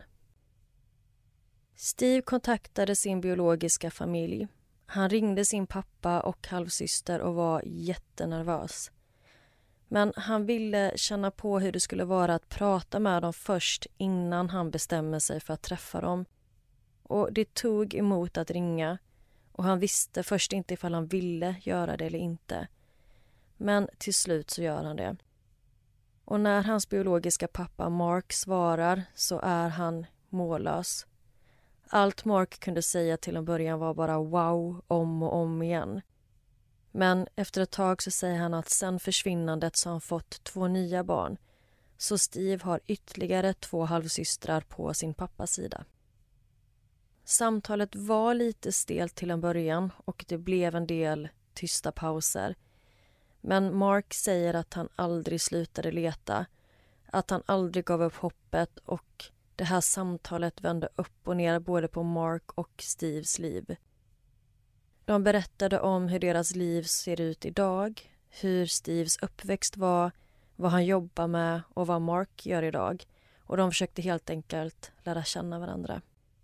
Steve kontaktade sin biologiska familj. Han ringde sin pappa och halvsyster och var jättenervös. Men han ville känna på hur det skulle vara att prata med dem först innan han bestämmer sig för att träffa dem. Och det tog emot att ringa, och han visste först inte ifall han ville göra det eller inte. Men till slut så gör han det. Och när hans biologiska pappa Mark svarar så är han mållös. Allt Mark kunde säga till en början var bara wow om och om igen. Men efter ett tag så säger han att sen försvinnandet så har han fått två nya barn. Så Steve har ytterligare två halvsystrar på sin pappas sida. Samtalet var lite stelt till en början och det blev en del tysta pauser. Men Mark säger att han aldrig slutade leta, att han aldrig gav upp hoppet, och det här samtalet vände upp och ner både på Mark och Steves liv. De berättade om hur deras liv ser ut idag, hur Steves uppväxt var, vad han jobbar med och vad Mark gör idag. Och de försökte helt enkelt lära känna varandra.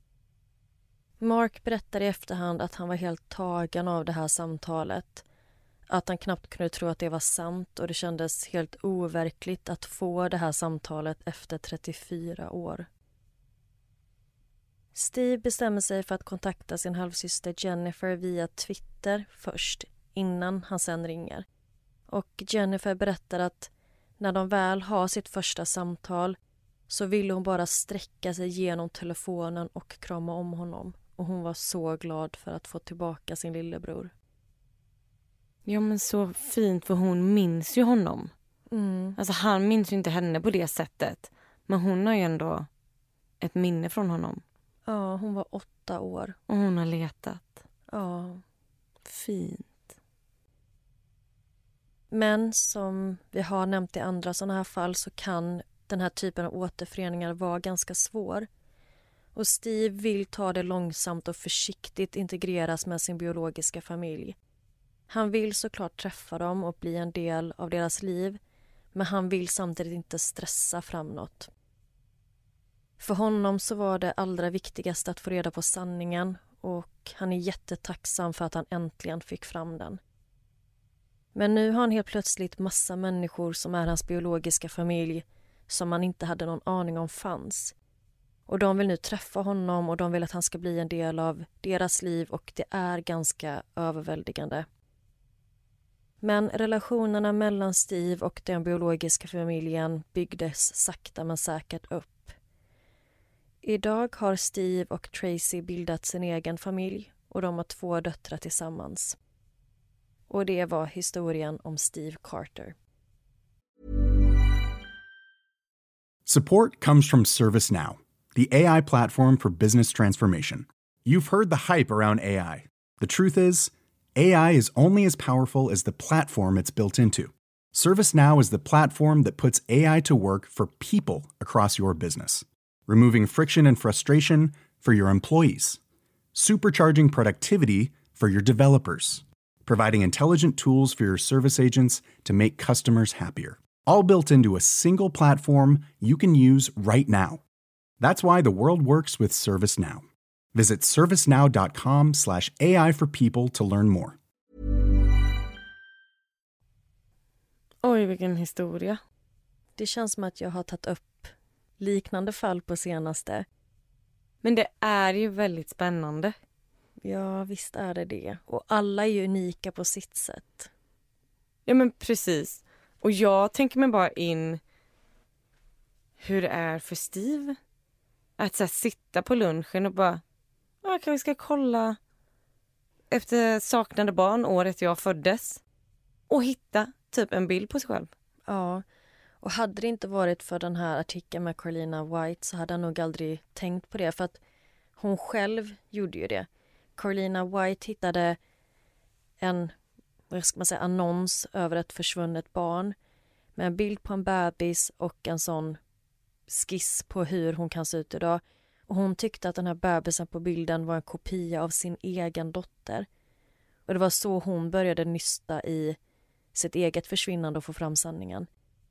Mark berättade i efterhand att han var helt tagen av det här samtalet. Att han knappt kunde tro att det var sant, och det kändes helt overkligt att få det här samtalet efter trettiofyra år. Steve bestämmer sig för att kontakta sin halvsyster Jennifer via Twitter först, innan han sen ringer. Och Jennifer berättar att när de väl har sitt första samtal så vill hon bara sträcka sig genom telefonen och krama om honom. och hon var så glad för att få tillbaka sin lillebror. Ja, men så fint, för hon minns ju honom. Mm. Alltså han minns ju inte henne på det sättet. Men hon har ju ändå ett minne från honom. Ja, hon var åtta år. Och hon har letat. Ja. Fint. Men som vi har nämnt i andra sådana här fall så kan den här typen av återföreningar vara ganska svår. Och Steve vill ta det långsamt och försiktigt integreras med sin biologiska familj. Han vill såklart träffa dem och bli en del av deras liv, men han vill samtidigt inte stressa fram något. För honom så var det allra viktigaste att få reda på sanningen, och han är jättetacksam för att han äntligen fick fram den. Men nu har han helt plötsligt massa människor som är hans biologiska familj som han inte hade någon aning om fanns. Och de vill nu träffa honom och de vill att han ska bli en del av deras liv, och det är ganska överväldigande. Men relationerna mellan Steve och den biologiska familjen byggdes sakta men säkert upp. Idag har Steve och Tracy bildat sin egen familj och de har två döttrar tillsammans. Och det var historien om Steve Carter. Support comes from ServiceNow, the A I platform for business transformation. You've heard the hype around A I. The truth is, A I is only as powerful as the platform it's built into. ServiceNow is the platform that puts A I to work for people across your business, removing friction and frustration for your employees, supercharging productivity for your developers, providing intelligent tools for your service agents to make customers happier, all built into a single platform you can use right now. That's why the world works with ServiceNow. Visit servicenow.com slash AI for people to learn more. Oj, vilken historia. Det känns som att jag har tagit upp liknande fall på senaste. Men det är ju väldigt spännande. Ja, visst är det det. Och alla är ju unika på sitt sätt. Ja, men precis. Och jag tänker mig bara in hur det är för Steve. Att så här, sitta på lunchen och bara, ja, kanske vi ska kolla efter saknade barn året jag föddes. Och hitta typ en bild på sig själv. Ja, och hade det inte varit för den här artikeln med Carolina White så hade han nog aldrig tänkt på det. För att hon själv gjorde ju det. Carolina White hittade en, vad ska man säga, annons över ett försvunnet barn med en bild på en bebis och en sån skiss på hur hon kan se ut idag. Och hon tyckte att den här bebisen på bilden var en kopia av sin egen dotter. Och det var så hon började nysta i sitt eget försvinnande och få fram sanningen.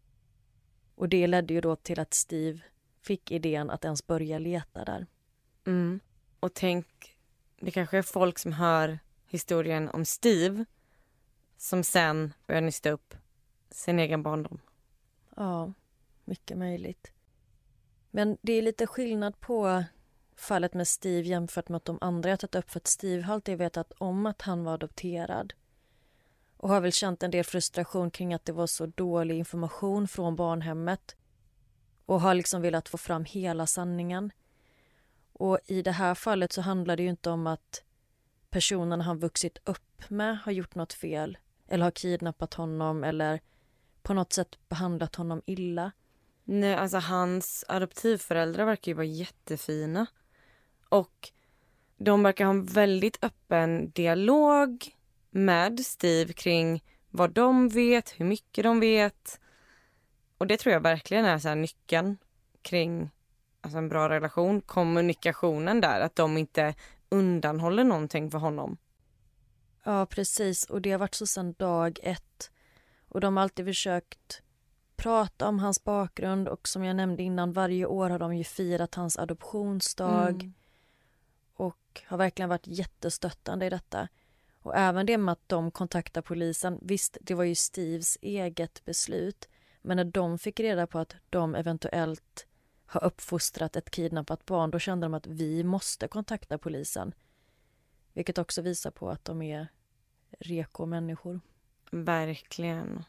Och det ledde ju då till att Steve fick idén att ens börja leta där. Mm. Och tänk, det kanske är folk som hör historien om Steve som sen börjar nysta upp sin egen barndom. Ja, mycket möjligt. Men det är lite skillnad på fallet med Steve jämfört med de andra jag tagit upp. För att Steve har alltid vetat om att han var adopterad. Och har väl känt en del frustration kring att det var så dålig information från barnhemmet. Och har liksom velat få fram hela sanningen. Och i det här fallet så handlar det ju inte om att personen han vuxit upp med har gjort något fel. Eller har kidnappat honom eller på något sätt behandlat honom illa. Nej, alltså hans adoptivföräldrar verkar ju vara jättefina. Och de verkar ha en väldigt öppen dialog med Steve kring vad de vet, hur mycket de vet. Och det tror jag verkligen är så här nyckeln kring alltså en bra relation. Kommunikationen där, att de inte undanhåller någonting för honom. Ja, precis. Och det har varit så sedan dag ett. Och de har alltid försökt prata om hans bakgrund. Och som jag nämnde innan, varje år har de ju firat hans adoptionsdag. Mm. Och har verkligen varit jättestöttande i detta. Och även det med att de kontaktar polisen. Visst, det var ju Steves eget beslut. Men när de fick reda på att de eventuellt har uppfostrat ett kidnappat barn, då kände de att vi måste kontakta polisen. Vilket också visar på att de är reko människor. Verkligen.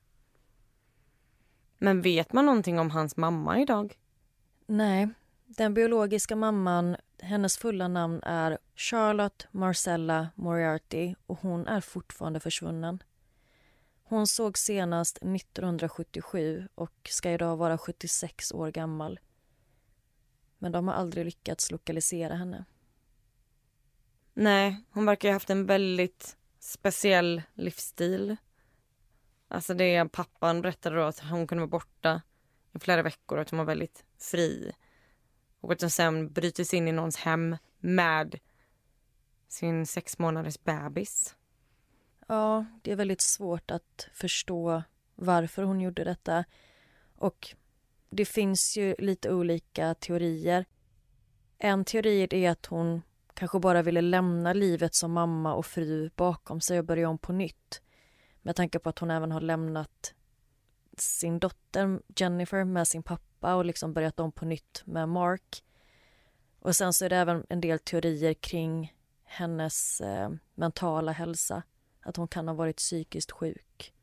Men vet man någonting om hans mamma idag? Nej, den biologiska mamman, hennes fulla namn är Charlotte Marcella Moriarty, och hon är fortfarande försvunnen. Hon såg senast nittonhundrasjuttiosju och ska idag vara sjuttiosex år gammal. Men de har aldrig lyckats lokalisera henne. Nej, hon verkar ha haft en väldigt speciell livsstil. Alltså det pappan berättade då, att hon kunde vara borta i flera veckor och att hon var väldigt fri. Och att hon sen bryter sig in i någons hem med sin sex månaders bebis. Ja, det är väldigt svårt att förstå varför hon gjorde detta. Och det finns ju lite olika teorier. En teori är att hon kanske bara ville lämna livet som mamma och fru bakom sig och börja om på nytt. Med tanke på att hon även har lämnat sin dotter Jennifer med sin pappa och liksom börjat om på nytt med Mark. Och sen så är det även en del teorier kring hennes eh, mentala hälsa. Att hon kan ha varit psykiskt sjuk.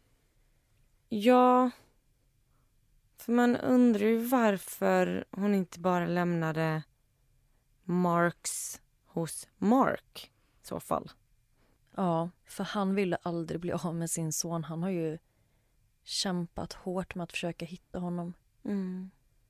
Ja, för man undrar ju varför hon inte bara lämnade Marks hos Mark i så fall. Ja, för han ville aldrig bli av med sin son. Han har ju kämpat hårt med att försöka hitta honom. Mm.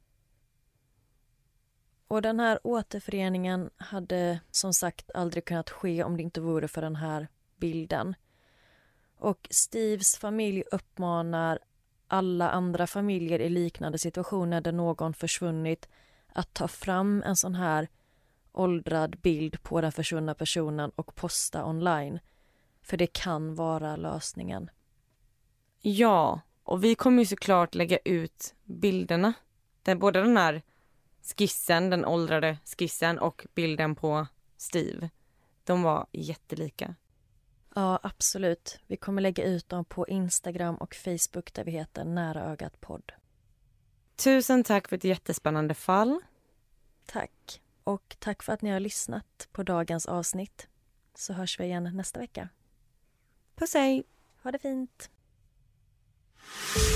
Och den här återföreningen hade som sagt aldrig kunnat ske om det inte vore för den här bilden. Och Steves familj uppmanar alla andra familjer i liknande situationer där någon försvunnit att ta fram en sån här åldrad bild på den försvunna personen och posta online. För det kan vara lösningen. Ja, och vi kommer ju såklart lägga ut bilderna. Där både den här skissen, den åldrade skissen och bilden på Steve. De var jättelika. Ja, absolut. Vi kommer lägga ut dem på Instagram och Facebook där vi heter Nära ögat podd. Tusen tack för ett jättespännande fall. Tack. Och tack för att ni har lyssnat på dagens avsnitt. Så hörs vi igen nästa vecka. Puss hej! Ha det fint!